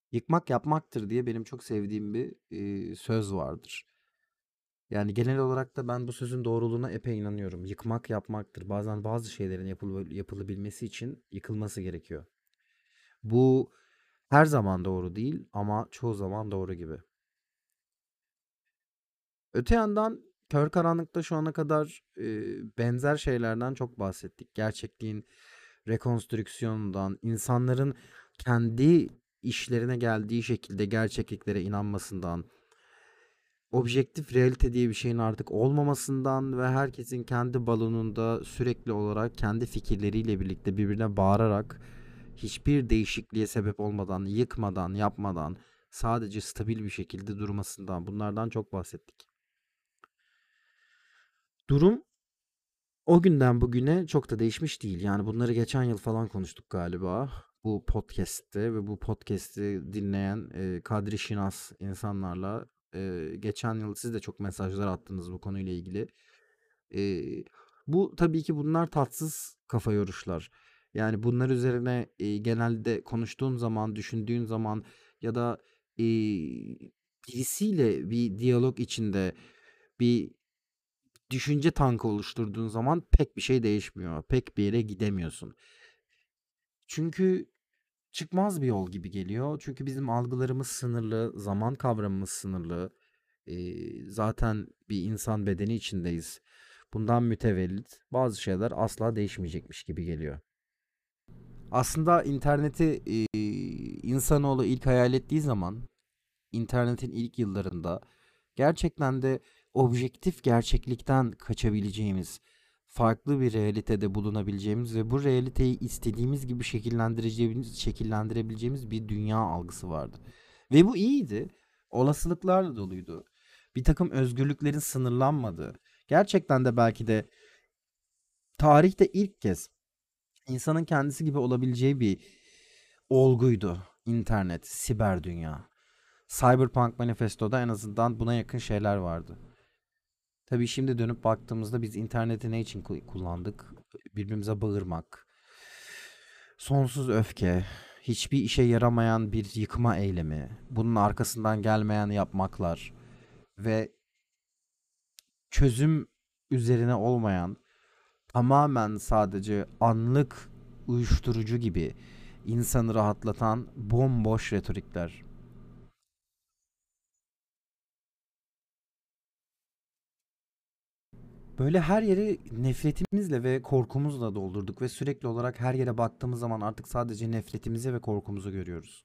Yıkmak yapmaktır diye benim çok sevdiğim bir söz vardır. Yani genel olarak da ben bu sözün doğruluğuna epey inanıyorum. Yıkmak yapmaktır. Bazen bazı şeylerin yapılabilmesi için yıkılması gerekiyor. Bu her zaman doğru değil ama çoğu zaman doğru gibi. Öte yandan kör karanlıkta şu ana kadar benzer şeylerden çok bahsettik. Gerçekliğin rekonstrüksiyonundan, insanların kendi işlerine geldiği şekilde gerçekliklere inanmasından, objektif realite diye bir şeyin artık olmamasından ve herkesin kendi balonunda sürekli olarak kendi fikirleriyle birlikte birbirine bağırarak hiçbir değişikliğe sebep olmadan, yıkmadan, yapmadan sadece stabil bir şekilde durmasından bunlardan çok bahsettik. Durum o günden bugüne çok da değişmiş değil. Yani bunları geçen yıl falan konuştuk galiba. Bu podcast'te ve bu podcast'i dinleyen kadri şinas insanlarla geçen yıl siz de çok mesajlar attınız bu konuyla ilgili. E, Bu tabii ki bunlar tatsız kafa yoruşlar. Yani bunlar üzerine genelde konuştuğun zaman, düşündüğün zaman ya da e, birisiyle bir diyalog içinde bir düşünce tankı oluşturduğun zaman pek bir şey değişmiyor. Pek bir yere gidemiyorsun. Çünkü çıkmaz bir yol gibi geliyor. Çünkü bizim algılarımız sınırlı, zaman kavramımız sınırlı. Zaten bir insan bedeni içindeyiz. Bundan mütevellit bazı şeyler asla değişmeyecekmiş gibi geliyor. Aslında interneti insanoğlu ilk hayal ettiği zaman, internetin ilk yıllarında gerçekten de objektif gerçeklikten kaçabileceğimiz, farklı bir realitede bulunabileceğimiz ve bu realiteyi istediğimiz gibi şekillendirebileceğimiz bir dünya algısı vardı. Ve bu iyiydi. Olasılıklarla doluydu. Bir takım özgürlüklerin sınırlanmadığı, gerçekten de belki de tarihte ilk kez insanın kendisi gibi olabileceği bir olguydu. İnternet, siber dünya. Cyberpunk Manifesto'da en azından buna yakın şeyler vardı. Tabii şimdi dönüp baktığımızda biz interneti ne için kullandık? Birbirimize bağırmak, sonsuz öfke, hiçbir işe yaramayan bir yıkma eylemi, bunun arkasından gelmeyen yapmaklar ve çözüm üzerine olmayan, tamamen sadece anlık uyuşturucu gibi insanı rahatlatan bomboş retorikler. Böyle her yeri nefretimizle ve korkumuzla doldurduk ve sürekli olarak her yere baktığımız zaman artık sadece nefretimizi ve korkumuzu görüyoruz.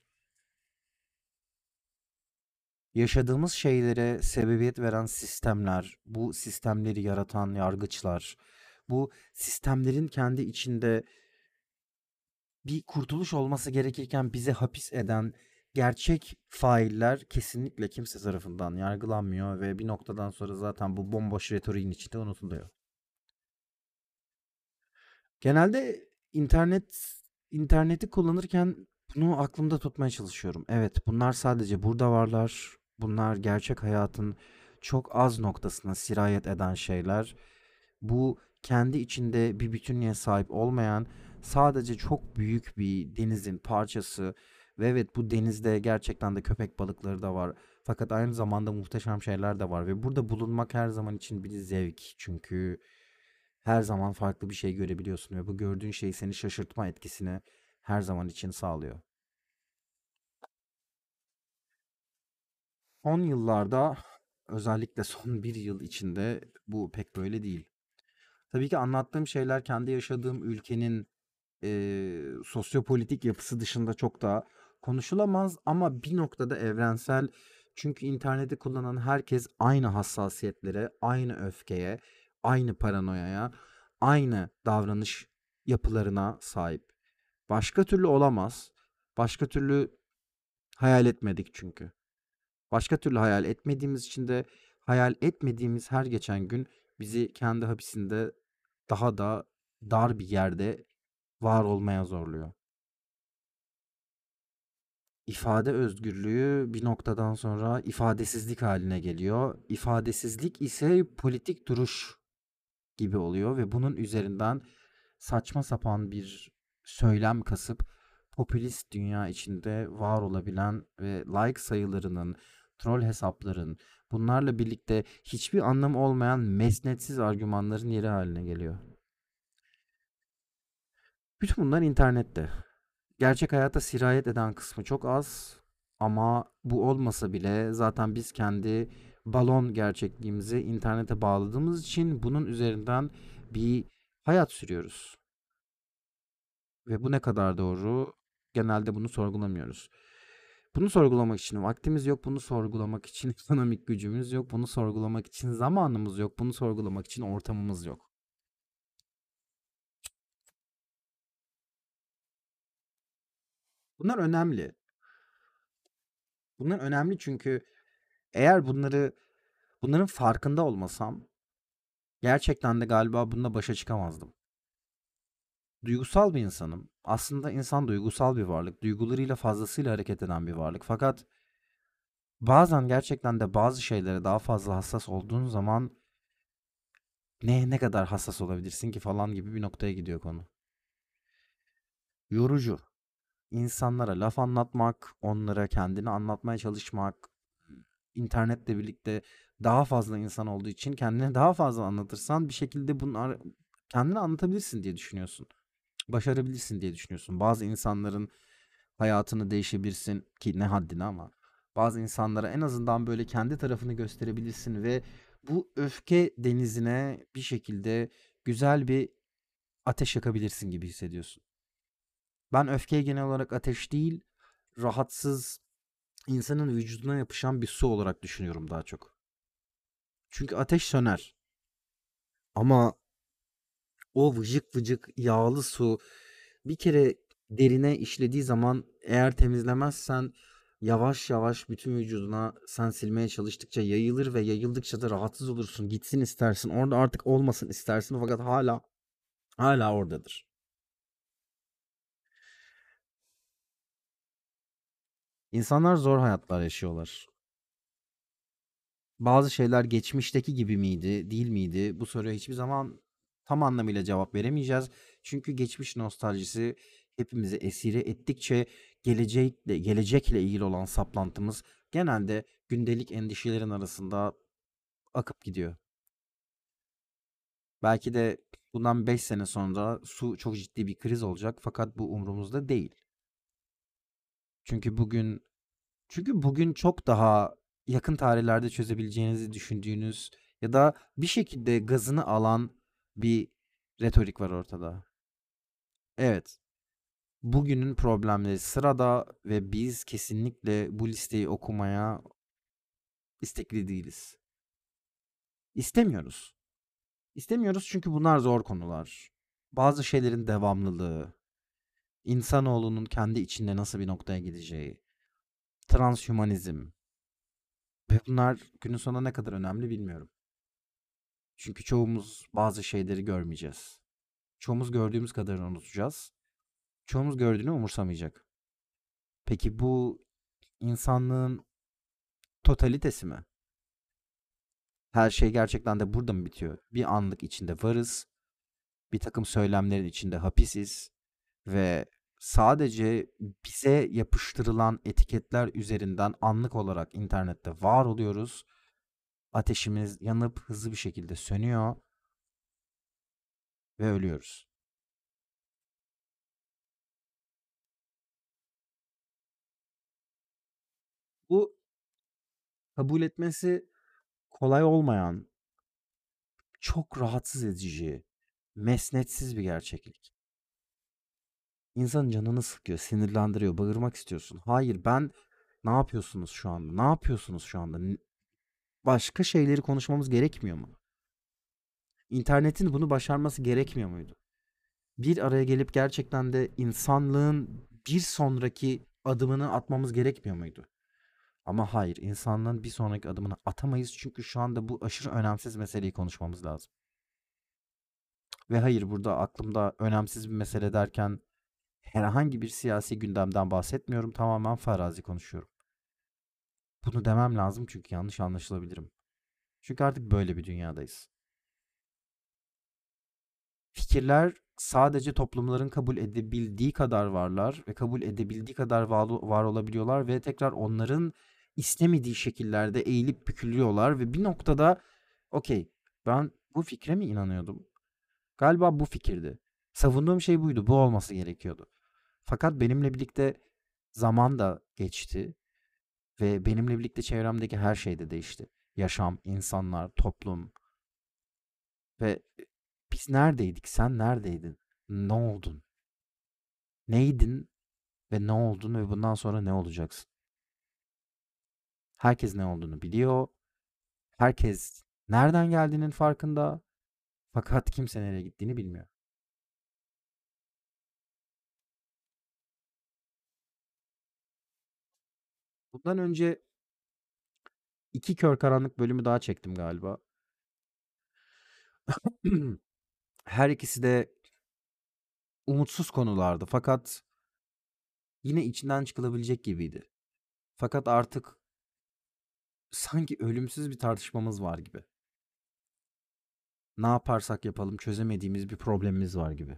Yaşadığımız şeylere sebebiyet veren sistemler, bu sistemleri yaratan yargıçlar, bu sistemlerin kendi içinde bir kurtuluş olması gerekirken bizi hapis eden gerçek failler kesinlikle kimse tarafından yargılanmıyor ve bir noktadan sonra zaten bu bomboş retoriğin içinde unutuluyor. Genelde interneti kullanırken bunu aklımda tutmaya çalışıyorum. Evet, bunlar sadece burada varlar. Bunlar gerçek hayatın çok az noktasına sirayet eden şeyler. Bu kendi içinde bir bütünlüğe sahip olmayan sadece çok büyük bir denizin parçası ve evet bu denizde gerçekten de köpek balıkları da var. Fakat aynı zamanda muhteşem şeyler de var ve burada bulunmak her zaman için bir zevk. Çünkü her zaman farklı bir şey görebiliyorsun ve bu gördüğün şey seni şaşırtma etkisini her zaman için sağlıyor. Son yıllarda özellikle son bir yıl içinde bu pek böyle değil. Tabii ki anlattığım şeyler kendi yaşadığım ülkenin sosyopolitik yapısı dışında çok daha konuşulamaz ama bir noktada evrensel. Çünkü interneti kullanan herkes aynı hassasiyetlere, aynı öfkeye, aynı paranoyaya, aynı davranış yapılarına sahip. Başka türlü olamaz. Başka türlü hayal etmedik çünkü. Başka türlü hayal etmediğimiz için de hayal etmediğimiz her geçen gün bizi kendi hapisinde daha da dar bir yerde var olmaya zorluyor. İfade özgürlüğü bir noktadan sonra ifadesizlik haline geliyor. İfadesizlik ise politik duruş gibi oluyor ve bunun üzerinden saçma sapan bir söylem kasıp popülist dünya içinde var olabilen ve like sayılarının, troll hesapların, bunlarla birlikte hiçbir anlamı olmayan mesnetsiz argümanların yeri haline geliyor. Bütün bunlar internette. Gerçek hayata sirayet eden kısmı çok az ama bu olmasa bile zaten biz kendi balon gerçekliğimizi internete bağladığımız için bunun üzerinden bir hayat sürüyoruz. Ve bu ne kadar doğru? Genelde bunu sorgulamıyoruz. Bunu sorgulamak için vaktimiz yok, bunu sorgulamak için ekonomik gücümüz yok, bunu sorgulamak için zamanımız yok, bunu sorgulamak için ortamımız yok. Bunlar önemli. Bunlar önemli çünkü eğer bunların farkında olmasam gerçekten de galiba bununla başa çıkamazdım. Duygusal bir insanım. Aslında insan duygusal bir varlık. Duygularıyla fazlasıyla hareket eden bir varlık. Fakat bazen gerçekten de bazı şeylere daha fazla hassas olduğun zaman ne kadar hassas olabilirsin ki falan gibi bir noktaya gidiyor konu. Yorucu. İnsanlara laf anlatmak, onlara kendini anlatmaya çalışmak, internetle birlikte daha fazla insan olduğu için kendine daha fazla anlatırsan bir şekilde bunlar kendini anlatabilirsin diye düşünüyorsun. Başarabilirsin diye düşünüyorsun. Bazı insanların hayatını değişebilirsin ki ne haddine ama bazı insanlara en azından böyle kendi tarafını gösterebilirsin ve bu öfke denizine bir şekilde güzel bir ateş yakabilirsin gibi hissediyorsun. Ben öfkeyi genel olarak ateş değil, rahatsız, insanın vücuduna yapışan bir su olarak düşünüyorum daha çok. Çünkü ateş söner ama o vıcık vıcık yağlı su bir kere derine işlediği zaman eğer temizlemezsen yavaş yavaş bütün vücuduna sen silmeye çalıştıkça yayılır ve yayıldıkça da rahatsız olursun. Gitsin istersin. Orada artık olmasın istersin fakat hala oradadır. İnsanlar zor hayatlar yaşıyorlar. Bazı şeyler geçmişteki gibi miydi, değil miydi? Bu soruya hiçbir zaman tam anlamıyla cevap veremeyeceğiz. Çünkü geçmiş nostaljisi hepimizi esire ettikçe gelecekle ilgili olan saplantımız genelde gündelik endişelerin arasında akıp gidiyor. Belki de bundan 5 sene sonra su çok ciddi bir kriz olacak fakat bu umurumuzda değil. Çünkü bugün Çünkü bugün çok daha yakın tarihlerde çözebileceğinizi düşündüğünüz ya da bir şekilde gazını alan bir retorik var ortada. Evet, bugünün problemleri sırada ve biz kesinlikle bu listeyi okumaya istekli değiliz. İstemiyoruz. İstemiyoruz çünkü bunlar zor konular. Bazı şeylerin devamlılığı, insanoğlunun kendi içinde nasıl bir noktaya gideceği, transhümanizm ve bunlar günün sonunda ne kadar önemli bilmiyorum. Çünkü çoğumuz bazı şeyleri görmeyeceğiz. Çoğumuz gördüğümüz kadarını unutacağız. Çoğumuz gördüğünü umursamayacak. Peki bu insanlığın totalitesi mi? Her şey gerçekten de burada mı bitiyor? Bir anlık içinde varız, bir takım söylemlerin içinde hapisiz ve sadece bize yapıştırılan etiketler üzerinden anlık olarak internette var oluyoruz. Ateşimiz yanıp hızlı bir şekilde sönüyor ve ölüyoruz. Bu kabul etmesi kolay olmayan, çok rahatsız edici, mesnetsiz bir gerçeklik. İnsanın canını sıkıyor, sinirlendiriyor, bağırmak istiyorsun. Hayır, ne yapıyorsunuz şu anda? Ne yapıyorsunuz şu anda? Başka şeyleri konuşmamız gerekmiyor mu? İnternetin bunu başarması gerekmiyor muydu? Bir araya gelip gerçekten de insanlığın bir sonraki adımını atmamız gerekmiyor muydu? Ama hayır, insanlığın bir sonraki adımını atamayız çünkü şu anda bu aşırı önemsiz meseleyi konuşmamız lazım. Ve hayır, burada aklımda önemsiz bir mesele derken herhangi bir siyasi gündemden bahsetmiyorum. Tamamen farazi konuşuyorum. Bunu demem lazım çünkü yanlış anlaşılabilirim. Çünkü artık böyle bir dünyadayız. Fikirler sadece toplumların kabul edebildiği kadar varlar ve kabul edebildiği kadar var olabiliyorlar ve tekrar onların istemediği şekillerde eğilip bükülüyorlar ve bir noktada okey, ben bu fikre mi inanıyordum? Galiba bu fikirdi. Savunduğum şey buydu. Bu olması gerekiyordu. Fakat benimle birlikte zaman da geçti ve benimle birlikte çevremdeki her şey de değişti. Yaşam, insanlar, toplum ve biz neredeydik? Sen neredeydin? Ne oldun? Neydin ve ne oldun ve bundan sonra ne olacaksın? Herkes ne olduğunu biliyor. Herkes nereden geldiğinin farkında. Fakat kimse nereye gittiğini bilmiyor. Bundan önce iki Kör Karanlık bölümü daha çektim galiba. Her ikisi de umutsuz konulardı fakat yine içinden çıkılabilecek gibiydi. Fakat artık sanki ölümsüz bir tartışmamız var gibi. Ne yaparsak yapalım çözemediğimiz bir problemimiz var gibi.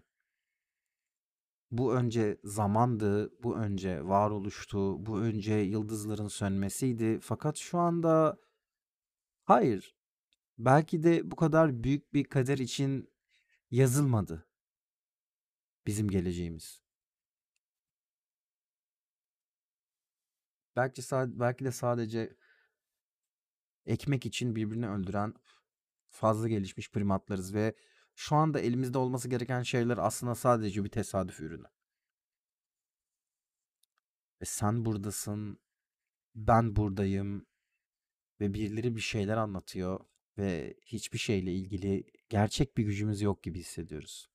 Bu önce zamandı, bu önce varoluştu, bu önce yıldızların sönmesiydi. Fakat şu anda hayır. Belki de bu kadar büyük bir kader için yazılmadı bizim geleceğimiz. Belki de sadece ekmek için birbirini öldüren fazla gelişmiş primatlarız ve şu anda elimizde olması gereken şeyler aslında sadece bir tesadüf ürünü. Ve sen buradasın, ben buradayım ve birileri bir şeyler anlatıyor ve hiçbir şeyle ilgili gerçek bir gücümüz yok gibi hissediyoruz.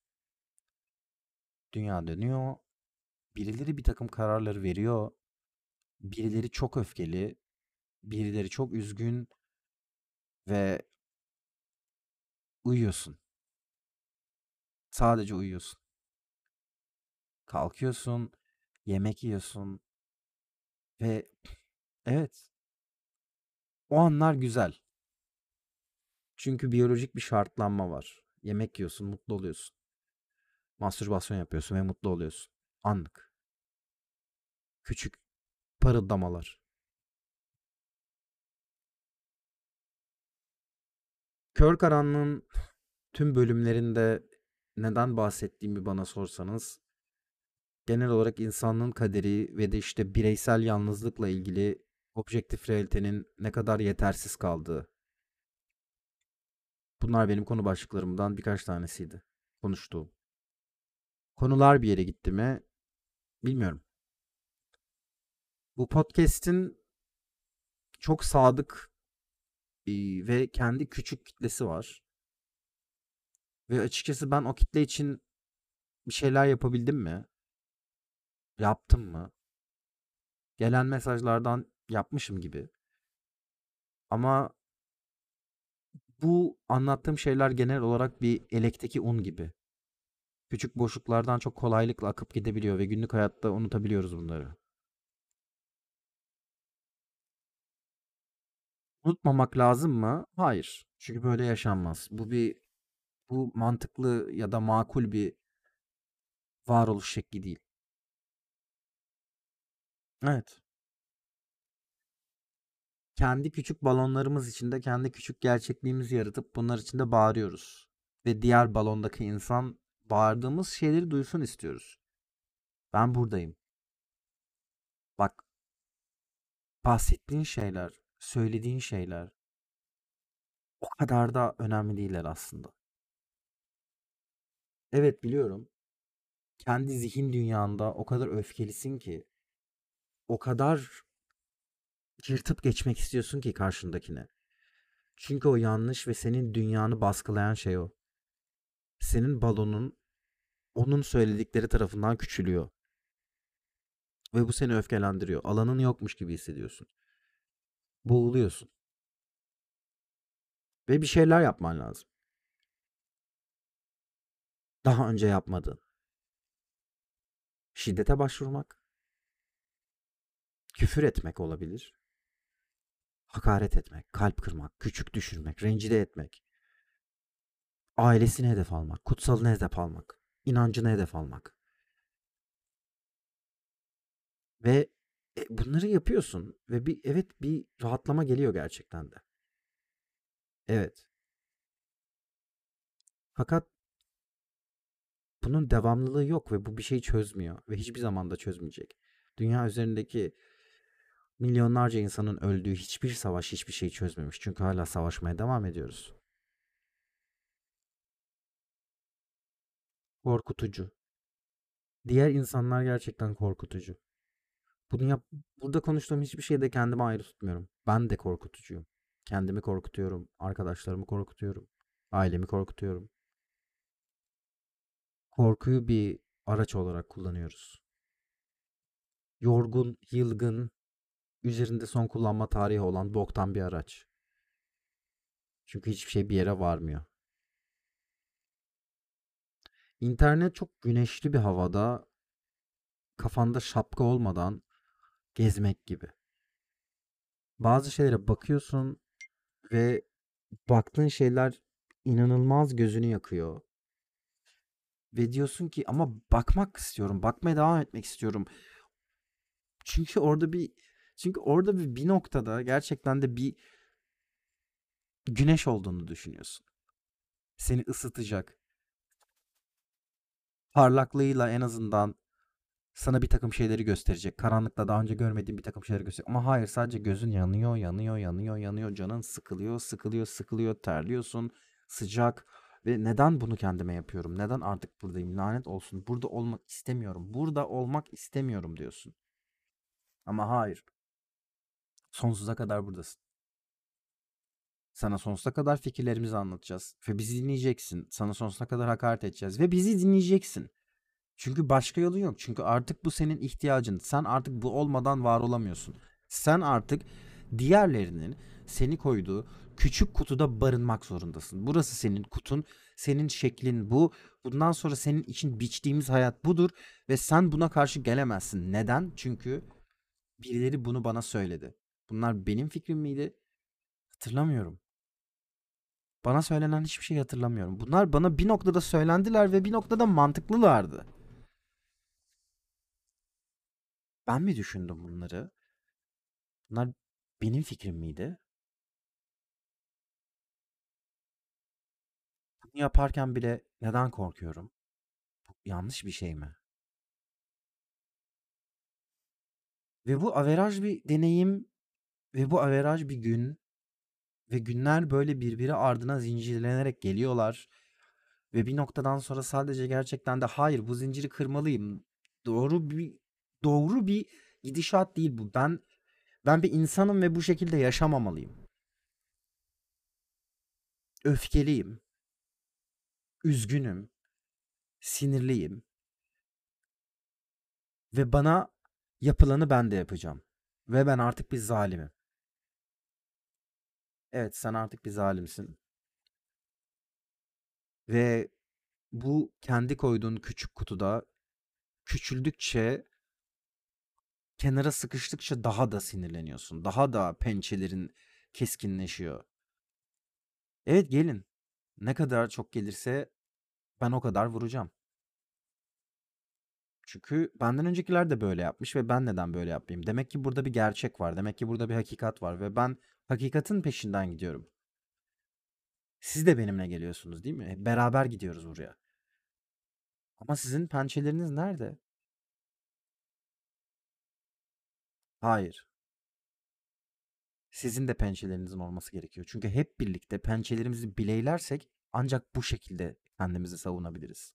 Dünya dönüyor, birileri bir takım kararları veriyor, birileri çok öfkeli, birileri çok üzgün ve uyuyorsun. Sadece uyuyorsun. Kalkıyorsun, yemek yiyorsun ve evet, o anlar güzel. Çünkü biyolojik bir şartlanma var. Yemek yiyorsun, mutlu oluyorsun. Mastürbasyon yapıyorsun ve mutlu oluyorsun. Anlık. Küçük parıldamalar. Kör Karanlığın tüm bölümlerinde neden bahsettiğimi bana sorsanız, genel olarak insanlığın kaderi ve de işte bireysel yalnızlıkla ilgili objektif realitenin ne kadar yetersiz kaldığı. Bunlar benim konu başlıklarımdan birkaç tanesiydi. Konuştuğum. Konular bir yere gitti mi bilmiyorum. Bu podcast'in çok sadık ve kendi küçük kitlesi var. Ve açıkçası ben o kitle için bir şeyler yapabildim mi? Yaptım mı? Gelen mesajlardan yapmışım gibi. Ama bu anlattığım şeyler genel olarak bir elekteki un gibi. Küçük boşluklardan çok kolaylıkla akıp gidebiliyor ve günlük hayatta unutabiliyoruz bunları. Unutmamak lazım mı? Hayır. Çünkü böyle yaşanmaz. Bu mantıklı ya da makul bir varoluş şekli değil. Evet. Kendi küçük balonlarımız içinde kendi küçük gerçekliğimizi yaratıp bunlar içinde bağırıyoruz. Ve diğer balondaki insan bağırdığımız şeyleri duysun istiyoruz. Ben buradayım. Bak, bahsettiğin şeyler, söylediğin şeyler o kadar da önemli değiller aslında. Evet biliyorum. Kendi zihin dünyanda o kadar öfkelisin ki, o kadar yırtıp geçmek istiyorsun ki karşındakine. Çünkü o yanlış ve senin dünyanı baskılayan şey o. Senin balonun onun söyledikleri tarafından küçülüyor. Ve bu seni öfkelendiriyor. Alanın yokmuş gibi hissediyorsun. Boğuluyorsun. Ve bir şeyler yapman lazım. Daha önce yapmadığın. Şiddete başvurmak, küfür etmek olabilir. Hakaret etmek, kalp kırmak, küçük düşürmek, rencide etmek. Ailesini hedef almak, kutsalını hedef almak, inancını hedef almak. Ve bunları yapıyorsun ve evet bir rahatlama geliyor gerçekten de. Evet. Fakat bunun devamlılığı yok ve bu bir şey çözmüyor ve hiçbir zaman da çözmeyecek. Dünya üzerindeki milyonlarca insanın öldüğü hiçbir savaş hiçbir şey çözmemiş. Çünkü hala savaşmaya devam ediyoruz. Korkutucu. Diğer insanlar gerçekten korkutucu. Bunu yap Burada konuştuğum hiçbir şeyde kendimi ayrı tutmuyorum. Ben de korkutucuyum. Kendimi korkutuyorum, arkadaşlarımı korkutuyorum, ailemi korkutuyorum. Korkuyu bir araç olarak kullanıyoruz. Yorgun, yılgın, üzerinde son kullanma tarihi olan boktan bir araç. Çünkü hiçbir şey bir yere varmıyor. İnternet çok güneşli bir havada, kafanda şapka olmadan gezmek gibi. Bazı şeylere bakıyorsun ve baktığın şeyler inanılmaz gözünü yakıyor. Ve diyorsun ki ama bakmak istiyorum, bakmaya devam etmek istiyorum. Çünkü orada bir çünkü orada bir noktada gerçekten de bir güneş olduğunu düşünüyorsun. Seni ısıtacak. Parlaklığıyla en azından sana bir takım şeyleri gösterecek. Karanlıkta daha önce görmediğin bir takım şeyleri gösterecek. Ama hayır, sadece gözün yanıyor, yanıyor, yanıyor, yanıyor. Canın sıkılıyor, sıkılıyor, sıkılıyor. Terliyorsun, sıcak. Ve neden bunu kendime yapıyorum? Neden artık buradayım? Lanet olsun. Burada olmak istemiyorum. Burada olmak istemiyorum diyorsun. Ama hayır. Sonsuza kadar buradasın. Sana sonsuza kadar fikirlerimizi anlatacağız. Ve bizi dinleyeceksin. Sana sonsuza kadar hakaret edeceğiz. Ve bizi dinleyeceksin. Çünkü başka yolu yok. Çünkü artık bu senin ihtiyacın. Sen artık bu olmadan var olamıyorsun. Sen artık diğerlerinin seni koyduğu küçük kutuda barınmak zorundasın. Burası senin kutun, senin şeklin bu. Bundan sonra senin için biçtiğimiz hayat budur ve sen buna karşı gelemezsin. Neden? Çünkü birileri bunu bana söyledi. Bunlar benim fikrim miydi? Hatırlamıyorum. Bana söylenen hiçbir şey hatırlamıyorum. Bunlar bana bir noktada söylendiler ve bir noktada mantıklılardı. Ben mi düşündüm bunları? Bunlar benim fikrim miydi? Bunu yaparken bile neden korkuyorum? Bu yanlış bir şey mi? Ve bu averaj bir deneyim ve bu averaj bir gün ve günler böyle birbiri ardına zincirlenerek geliyorlar ve bir noktadan sonra sadece gerçekten de hayır, bu zinciri kırmalıyım. Doğru bir doğru bir gidişat değil bu. Ben bir insanım ve bu şekilde yaşamamalıyım. Öfkeliyim, üzgünüm, sinirliyim ve bana yapılanı ben de yapacağım. Ve ben artık bir zalimim. Evet, sen artık bir zalimsin. Ve bu kendi koyduğun küçük kutuda küçüldükçe, kenara sıkıştıkça daha da sinirleniyorsun. Daha da pençelerin keskinleşiyor. Evet, gelin. Ne kadar çok gelirse ben o kadar vuracağım. Çünkü benden öncekiler de böyle yapmış ve ben neden böyle yapmayayım? Demek ki burada bir gerçek var. Demek ki burada bir hakikat var ve ben hakikatin peşinden gidiyorum. Siz de benimle geliyorsunuz, değil mi? Beraber gidiyoruz buraya. Ama sizin pençeleriniz nerede? Hayır. Sizin de pençelerinizin olması gerekiyor. Çünkü hep birlikte pençelerimizi bileylersek ancak bu şekilde kendimizi savunabiliriz.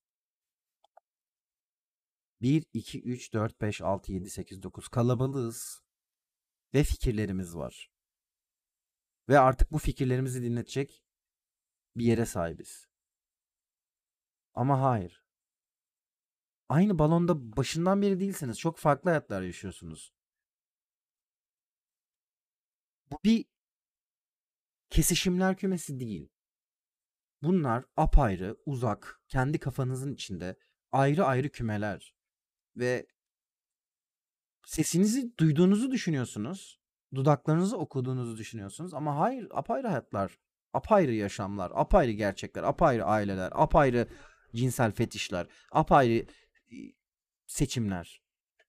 Bir, 2, 3, 4, 5, 6, 7, 8, 9 kalabalığız ve fikirlerimiz var. Ve artık bu fikirlerimizi dinletecek bir yere sahibiz. Ama hayır. Aynı balonda başından beri değilsiniz. Çok farklı hayatlar yaşıyorsunuz. Bu bir kesişimler kümesi değil. Bunlar apayrı, uzak, kendi kafanızın içinde ayrı ayrı kümeler. Ve sesinizi duyduğunuzu düşünüyorsunuz. Dudaklarınızı okuduğunuzu düşünüyorsunuz ama hayır, apayrı hayatlar. Apayrı yaşamlar, apayrı gerçekler, apayrı aileler, apayrı cinsel fetişler, apayrı seçimler.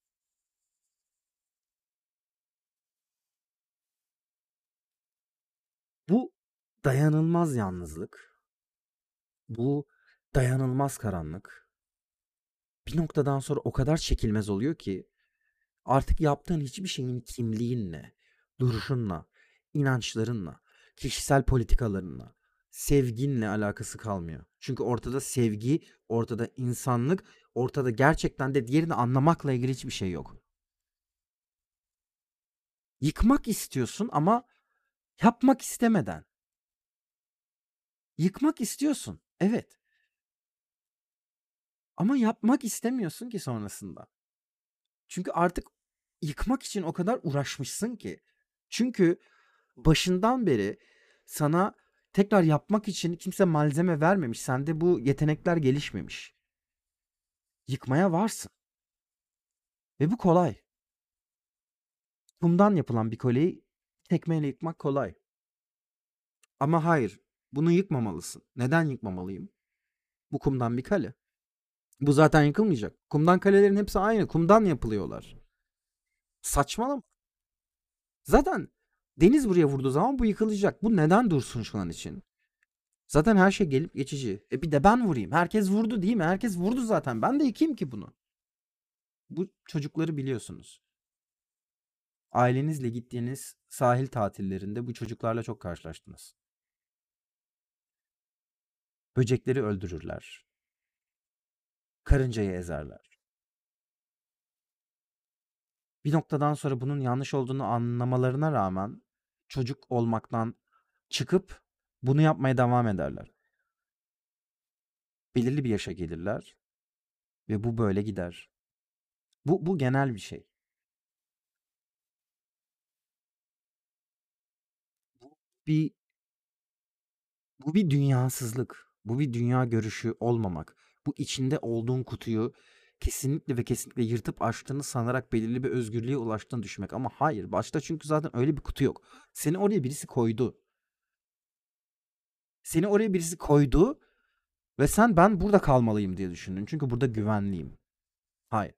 Bu dayanılmaz yalnızlık, bu dayanılmaz karanlık bir noktadan sonra o kadar çekilmez oluyor ki artık yaptığın hiçbir şeyin kimliğinle, duruşunla, inançlarınla, kişisel politikalarınla, sevginle alakası kalmıyor. Çünkü ortada sevgi, ortada insanlık, ortada gerçekten de diğerini anlamakla ilgili hiçbir şey yok. Yıkmak istiyorsun ama yapmak istemeden. Yıkmak istiyorsun. Evet. Ama yapmak istemiyorsun ki sonrasında. Çünkü artık yıkmak için o kadar uğraşmışsın ki. Çünkü başından beri sana tekrar yapmak için kimse malzeme vermemiş. Sende bu yetenekler gelişmemiş. Yıkmaya varsın. Ve bu kolay. Kumdan yapılan bir kuleyi tekmeyle yıkmak kolay. Ama hayır, bunu yıkmamalısın. Neden yıkmamalıyım? Bu kumdan bir kale. Bu zaten yıkılmayacak. Kumdan kalelerin hepsi aynı. Kumdan yapılıyorlar. Saçmalama. Zaten deniz buraya vurduğu zaman bu yıkılacak. Bu neden dursun şu an için? Zaten her şey gelip geçici. Bir de ben vurayım. Herkes vurdu değil mi? Herkes vurdu zaten. Ben de yıkayım ki bunu. Bu çocukları biliyorsunuz. Ailenizle gittiğiniz sahil tatillerinde bu çocuklarla çok karşılaştınız. Böcekleri öldürürler. Karıncayı ezerler. Bir noktadan sonra bunun yanlış olduğunu anlamalarına rağmen çocuk olmaktan çıkıp bunu yapmaya devam ederler. Belirli bir yaşa gelirler ve bu böyle gider. Bu genel bir şey. Bu bir Bu bir dünyasızlık. Bu bir dünya görüşü olmamak. Bu içinde olduğun kutuyu kesinlikle ve kesinlikle yırtıp açtığını sanarak belirli bir özgürlüğe ulaştığını düşünmek. Ama hayır. Başta çünkü zaten öyle bir kutu yok. Seni oraya birisi koydu. Seni oraya birisi koydu ve sen ben burada kalmalıyım diye düşündün. Çünkü burada güvenliyim. Hayır.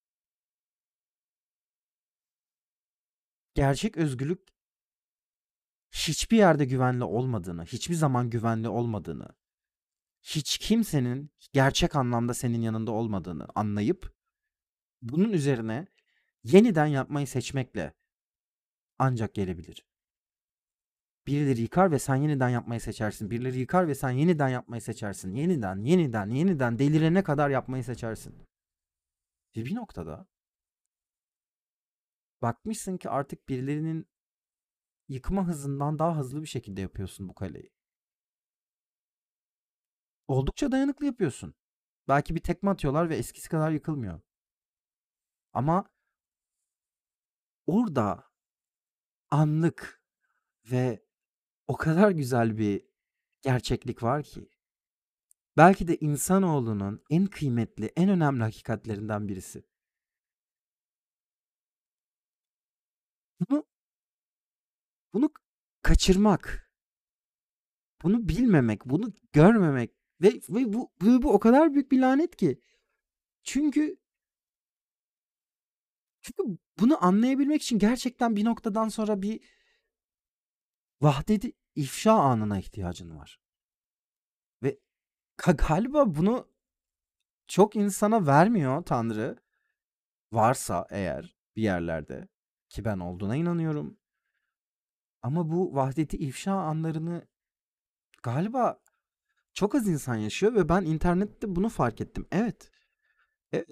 Gerçek özgürlük hiçbir yerde güvenli olmadığını, hiçbir zaman güvenli olmadığını, hiç kimsenin gerçek anlamda senin yanında olmadığını anlayıp bunun üzerine yeniden yapmayı seçmekle ancak gelebilir. Birileri yıkar ve sen yeniden yapmayı seçersin. Birileri yıkar ve sen yeniden yapmayı seçersin. Yeniden, yeniden, yeniden delirene kadar yapmayı seçersin. Ve bir noktada bakmışsın ki artık birilerinin yıkma hızından daha hızlı bir şekilde yapıyorsun bu kaleyi. Oldukça dayanıklı yapıyorsun. Belki bir tekme atıyorlar ve eskisi kadar yıkılmıyor. Ama orada anlık ve o kadar güzel bir gerçeklik var ki. Belki de insanoğlunun en kıymetli, en önemli hakikatlerinden birisi. Bunu bunu kaçırmak, bunu bilmemek, bunu görmemek ve bu o kadar büyük bir lanet ki. Çünkü çünkü bunu anlayabilmek için gerçekten bir noktadan sonra bir vahdeti ifşa anına ihtiyacın var. Ve galiba bunu çok insana vermiyor Tanrı. Varsa eğer bir yerlerde ki ben olduğuna inanıyorum. Ama bu vahdeti ifşa anlarını galiba çok az insan yaşıyor ve ben internette bunu fark ettim. Evet. Evet.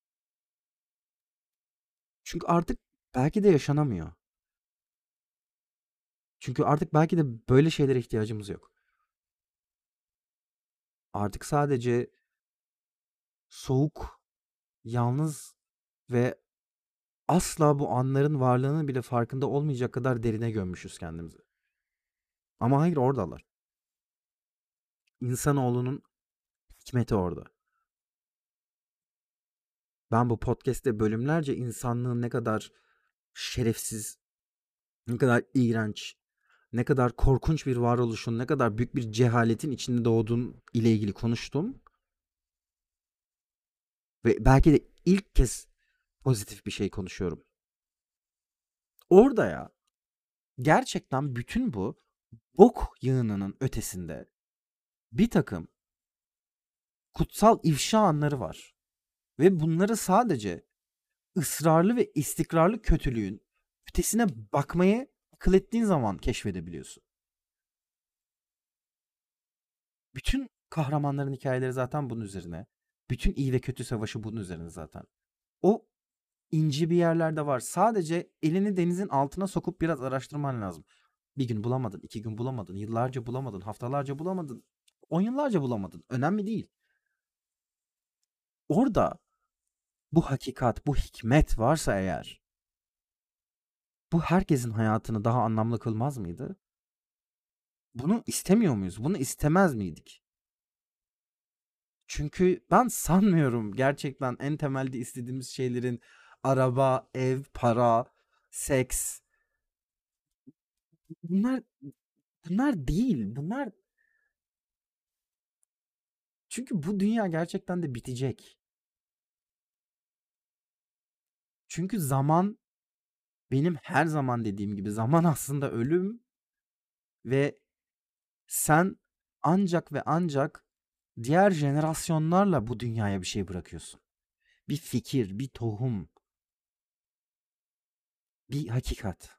Çünkü artık belki de yaşanamıyor. Çünkü artık belki de böyle şeylere ihtiyacımız yok. Artık sadece soğuk, yalnız ve asla bu anların varlığının bile farkında olmayacak kadar derine gömmüşüz kendimizi. Ama hayır oradalar. İnsanoğlunun hikmeti orada. Ben bu podcast'te bölümlerce insanlığın ne kadar şerefsiz, ne kadar iğrenç, ne kadar korkunç bir varoluşun, ne kadar büyük bir cehaletin içinde doğduğun ile ilgili konuştum. Ve belki de ilk kez pozitif bir şey konuşuyorum. Orada ya gerçekten bütün bu bok yığınının ötesinde bir takım kutsal ifşa anları var. Ve bunları sadece ısrarlı ve istikrarlı kötülüğün ötesine bakmayı akıl ettiğin zaman keşfedebiliyorsun. Bütün kahramanların hikayeleri zaten bunun üzerine. Bütün iyi ve kötü savaşı bunun üzerine zaten. O ince bir yerlerde var. Sadece elini denizin altına sokup biraz araştırman lazım. Bir gün bulamadın, 2 gün bulamadın, yıllarca bulamadın, haftalarca bulamadın, 10 yıllarca bulamadın. Önemli değil. Orada bu hakikat, bu hikmet varsa eğer, bu herkesin hayatını daha anlamlı kılmaz mıydı? Bunu istemiyor muyuz? Bunu istemez miydik? Çünkü ben sanmıyorum gerçekten en temelde istediğimiz şeylerin araba, ev, para, seks, bunlar bunlar değil. Bunlar çünkü bu dünya gerçekten de bitecek. Çünkü zaman benim her zaman dediğim gibi zaman aslında ölüm ve sen ancak ve ancak diğer jenerasyonlarla bu dünyaya bir şey bırakıyorsun. Bir fikir, bir tohum, bir hakikat.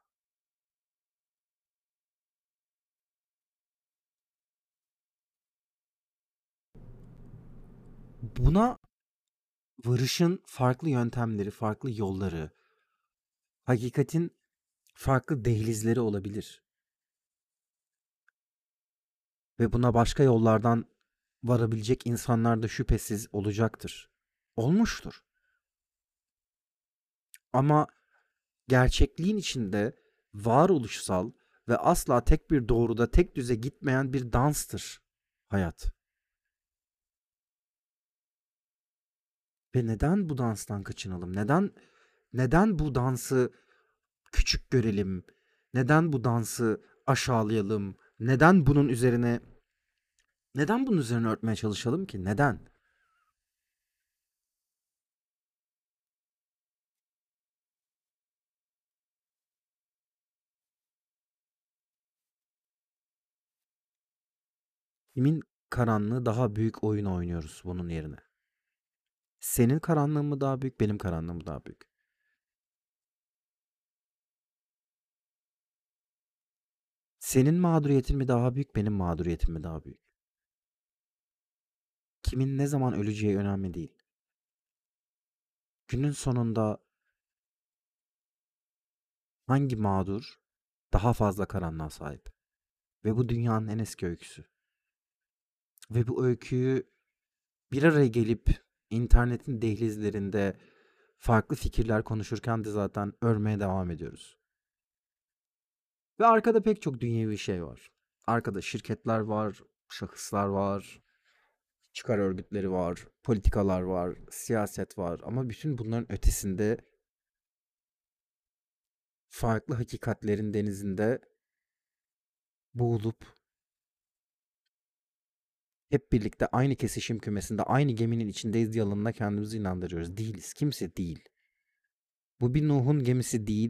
Buna varışın farklı yöntemleri, farklı yolları, hakikatin farklı dehlizleri olabilir. Ve buna başka yollardan varabilecek insanlar da şüphesiz olacaktır. Olmuştur. Ama gerçekliğin içinde varoluşsal ve asla tek bir doğruda tek düze gitmeyen bir danstır hayat. Ve neden bu danstan kaçınalım? Neden bu dansı küçük görelim? Neden bu dansı aşağılayalım? Neden bunun üzerine örtmeye çalışalım ki? Neden? Kimin karanlığı daha büyük oyun oynuyoruz bunun yerine? Senin karanlığın mı daha büyük, benim karanlığım mı daha büyük? Senin mağduriyetin mi daha büyük, benim mağduriyetim mi daha büyük? Kimin ne zaman öleceği önemli değil. Günün sonunda hangi mağdur daha fazla karanlığa sahip? Ve bu dünyanın en eski öyküsü. Ve bu öyküyü bir araya gelip internetin dehlizlerinde farklı fikirler konuşurken de zaten örmeye devam ediyoruz. Ve arkada pek çok dünyevi şey var. Arkada şirketler var, şahıslar var, çıkar örgütleri var, politikalar var, siyaset var. Ama bütün bunların ötesinde farklı hakikatlerin denizinde boğulup hep birlikte aynı kesişim kümesinde aynı geminin içindeyiz yalanına kendimizi inandırıyoruz. Değiliz. Kimse değil. Bu bir Nuh'un gemisi değil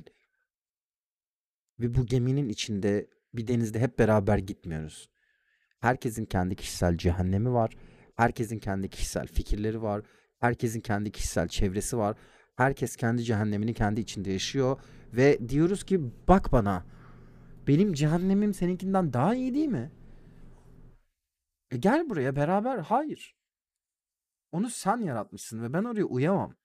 ve bu geminin içinde bir denizde hep beraber gitmiyoruz. Herkesin kendi kişisel cehennemi var. Herkesin kendi kişisel fikirleri var. Herkesin kendi kişisel çevresi var. Herkes kendi cehennemini kendi içinde yaşıyor ve diyoruz ki bak bana benim cehennemim seninkinden daha iyi değil mi? Gel buraya beraber. Hayır. Onu sen yaratmışsın ve ben oraya uyamam.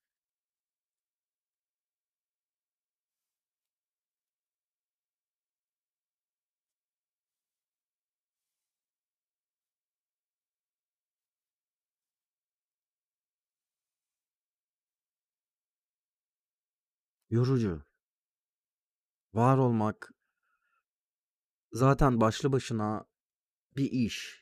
Yorucu. Var olmak zaten başlı başına bir iş.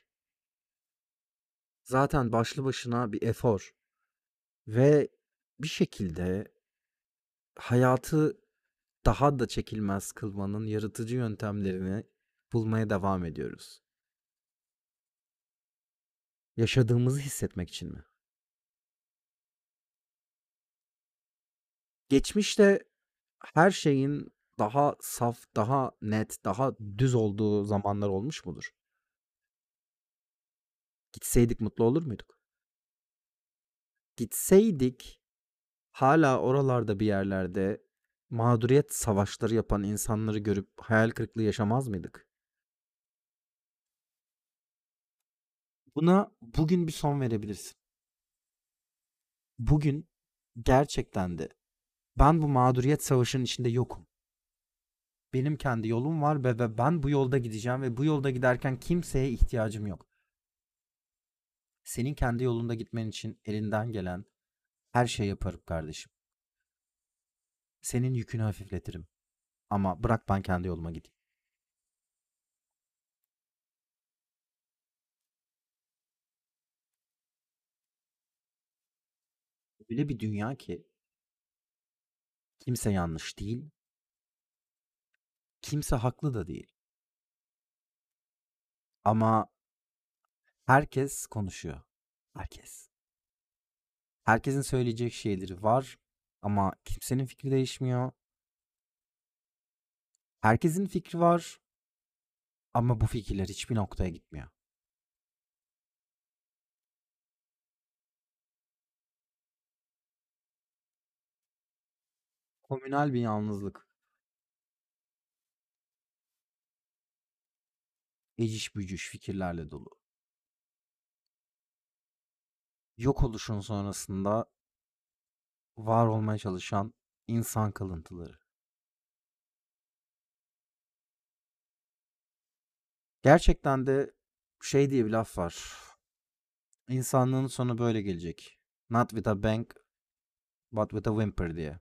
Zaten başlı başına bir efor. Ve bir şekilde hayatı daha da çekilmez kılmanın yaratıcı yöntemlerini bulmaya devam ediyoruz. Yaşadığımızı hissetmek için mi? Geçmişte her şeyin daha saf, daha net, daha düz olduğu zamanlar olmuş mudur? Gitseydik mutlu olur muyduk? Gitseydik hala oralarda bir yerlerde mağduriyet savaşları yapan insanları görüp hayal kırıklığı yaşamaz mıydık? Buna bugün bir son verebilirsin. Bugün gerçekten de ben bu mağduriyet savaşının içinde yokum. Benim kendi yolum var ve ben bu yolda gideceğim ve bu yolda giderken kimseye ihtiyacım yok. Senin kendi yolunda gitmen için elinden gelen her şeyi yaparım kardeşim. Senin yükünü hafifletirim. Ama bırak ben kendi yoluma gideyim. Öyle bir dünya ki kimse yanlış değil, kimse haklı da değil. Ama herkes konuşuyor. Herkes. Herkesin söyleyecek şeyleri var ama kimsenin fikri değişmiyor. Herkesin fikri var ama bu fikirler hiçbir noktaya gitmiyor. Komünel bir yalnızlık. Eciş bücüş fikirlerle dolu. Yok oluşun sonrasında var olmaya çalışan insan kalıntıları. Gerçekten de şey diye bir laf var. İnsanlığın sonu böyle gelecek. Not with a bang, but with a whimper diye.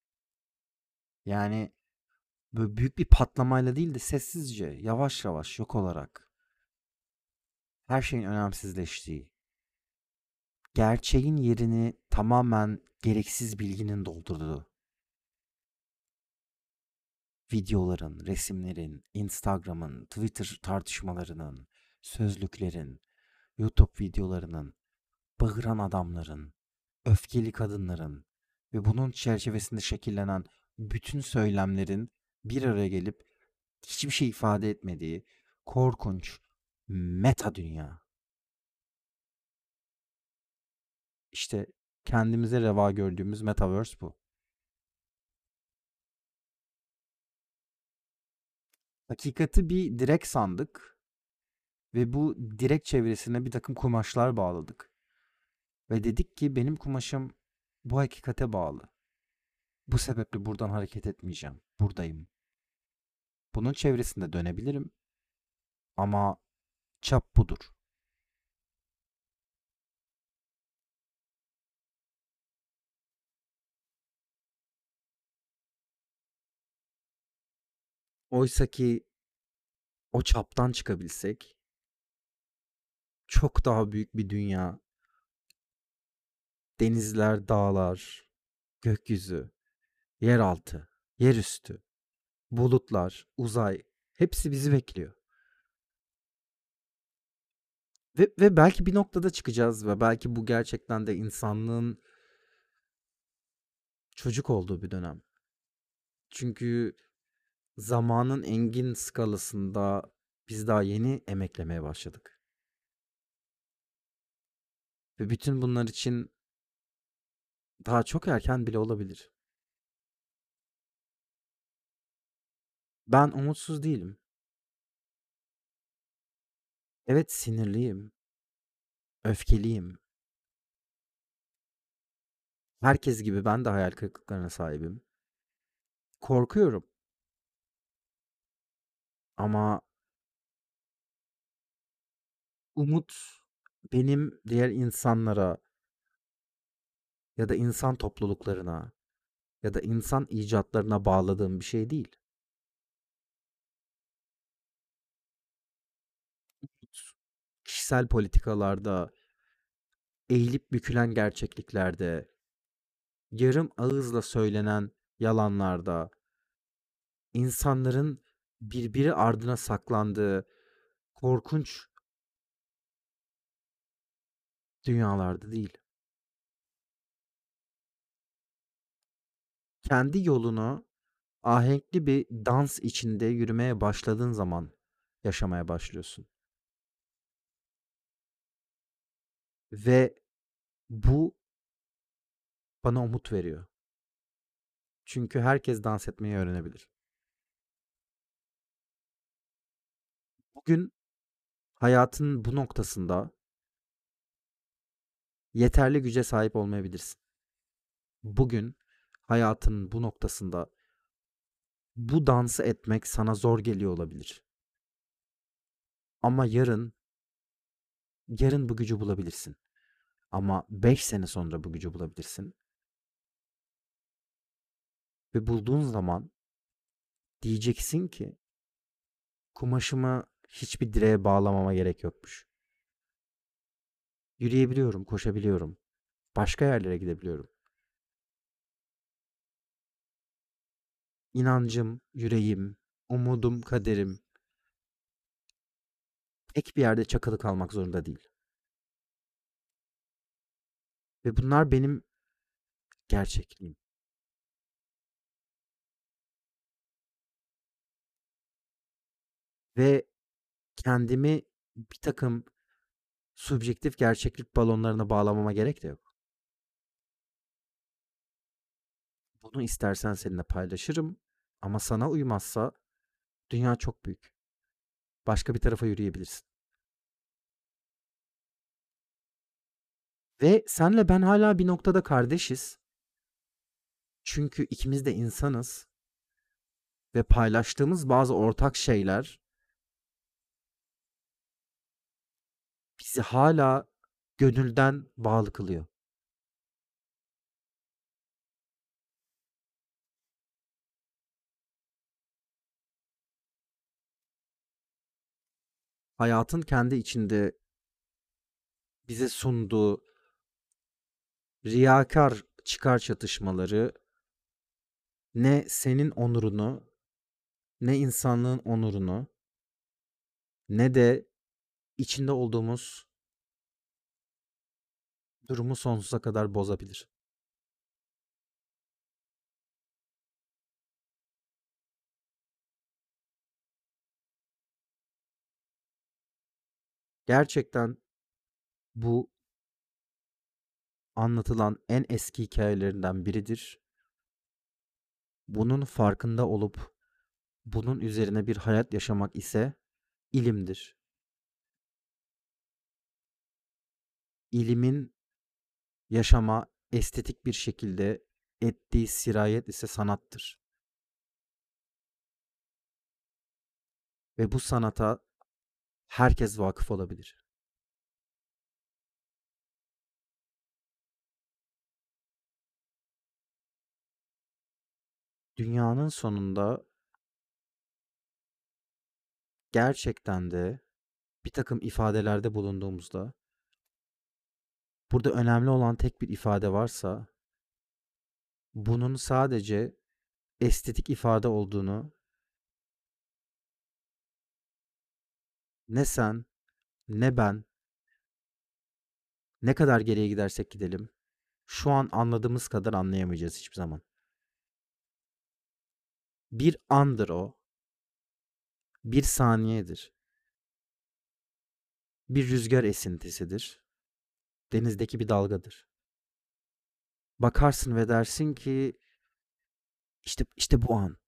Yani böyle büyük bir patlamayla değil de sessizce, yavaş yavaş yok olarak her şeyin önemsizleştiği, gerçeğin yerini tamamen gereksiz bilginin doldurduğu, videoların, resimlerin, Instagram'ın, Twitter tartışmalarının, sözlüklerin, YouTube videolarının, bağıran adamların, öfkeli kadınların ve bunun çerçevesinde şekillenen bütün söylemlerin bir araya gelip hiçbir şey ifade etmediği korkunç meta dünya. İşte kendimize reva gördüğümüz metaverse bu. Hakikati bir direk sandık ve bu direk çevresine bir takım kumaşlar bağladık. Ve dedik ki benim kumaşım bu hakikate bağlı. Bu sebeple buradan hareket etmeyeceğim. Buradayım. Bunun çevresinde dönebilirim ama çap budur. Oysa ki o çaptan çıkabilsek çok daha büyük bir dünya, denizler, dağlar, gökyüzü, yeraltı, yerüstü, bulutlar, uzay hepsi bizi bekliyor. Ve belki bir noktada çıkacağız ve belki bu gerçekten de insanlığın çocuk olduğu bir dönem. Çünkü zamanın engin skalasında biz daha yeni emeklemeye başladık. Ve bütün bunlar için daha çok erken bile olabilir. Ben umutsuz değilim. Evet sinirliyim, öfkeliyim. Herkes gibi ben de hayal kırıklıklarına sahibim. Korkuyorum ama umut benim diğer insanlara ya da insan topluluklarına ya da insan icatlarına bağladığım bir şey değil. Kişisel politikalarda, eğilip bükülen gerçekliklerde, yarım ağızla söylenen yalanlarda, insanların birbiri ardına saklandığı korkunç dünyalarda değil. Kendi yolunu ahenkli bir dans içinde yürümeye başladığın zaman yaşamaya başlıyorsun. Ve bu bana umut veriyor. Çünkü herkes dans etmeyi öğrenebilir. Bugün hayatın bu noktasında yeterli güce sahip olmayabilirsin. Bugün hayatın bu noktasında bu dansı etmek sana zor geliyor olabilir. Ama yarın bu gücü bulabilirsin. Ama 5 sene sonra bu gücü bulabilirsin. Ve bulduğun zaman diyeceksin ki kumaşımı hiçbir direğe bağlamama gerek yokmuş. Yürüyebiliyorum, koşabiliyorum. Başka yerlere gidebiliyorum. İnancım, yüreğim, umudum, kaderim tek bir yerde çakılı kalmak zorunda değil. Ve bunlar benim gerçekliğim. Ve kendimi bir takım subjektif gerçeklik balonlarına bağlamama gerek de yok. Bunu istersen seninle paylaşırım ama sana uymazsa dünya çok büyük. Başka bir tarafa yürüyebilirsin. Ve senle ben hala bir noktada kardeşiz. Çünkü ikimiz de insanız ve paylaştığımız bazı ortak şeyler bizi hala gönülden bağlı kılıyor. Hayatın kendi içinde bize sunduğu riyakar çıkar çatışmaları ne senin onurunu, ne insanlığın onurunu, ne de içinde olduğumuz durumu sonsuza kadar bozabilir. Gerçekten bu anlatılan en eski hikayelerinden biridir. Bunun farkında olup bunun üzerine bir hayat yaşamak ise ilimdir. İlimin yaşama estetik bir şekilde ettiği sirayet ise sanattır. Ve bu sanata herkes vakıf olabilir. Dünyanın sonunda gerçekten de bir takım ifadelerde bulunduğumuzda burada önemli olan tek bir ifade varsa bunun sadece estetik ifade olduğunu ne sen ne ben ne kadar geriye gidersek gidelim şu an anladığımız kadar anlayamayacağız hiçbir zaman. Bir andır o, bir saniyedir, bir rüzgar esintisidir, denizdeki bir dalgadır. Bakarsın ve dersin ki işte bu an.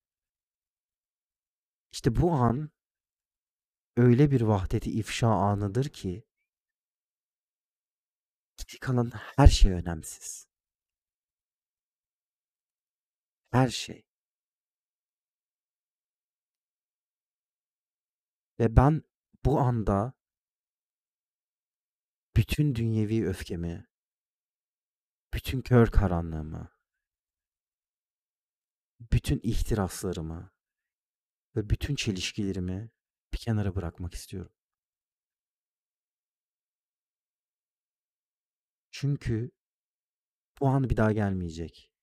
İşte bu an öyle bir vahdeti ifşa anıdır ki geri kalan her şey önemsiz. Her şey. Ve ben bu anda bütün dünyevi öfkemi, bütün kör karanlığımı, bütün ihtiraslarımı ve bütün çelişkilerimi bir kenara bırakmak istiyorum. Çünkü bu an bir daha gelmeyecek.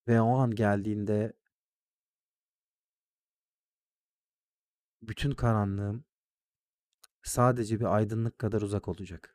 ve o an geldiğinde bütün karanlığım sadece bir aydınlık kadar uzak olacak.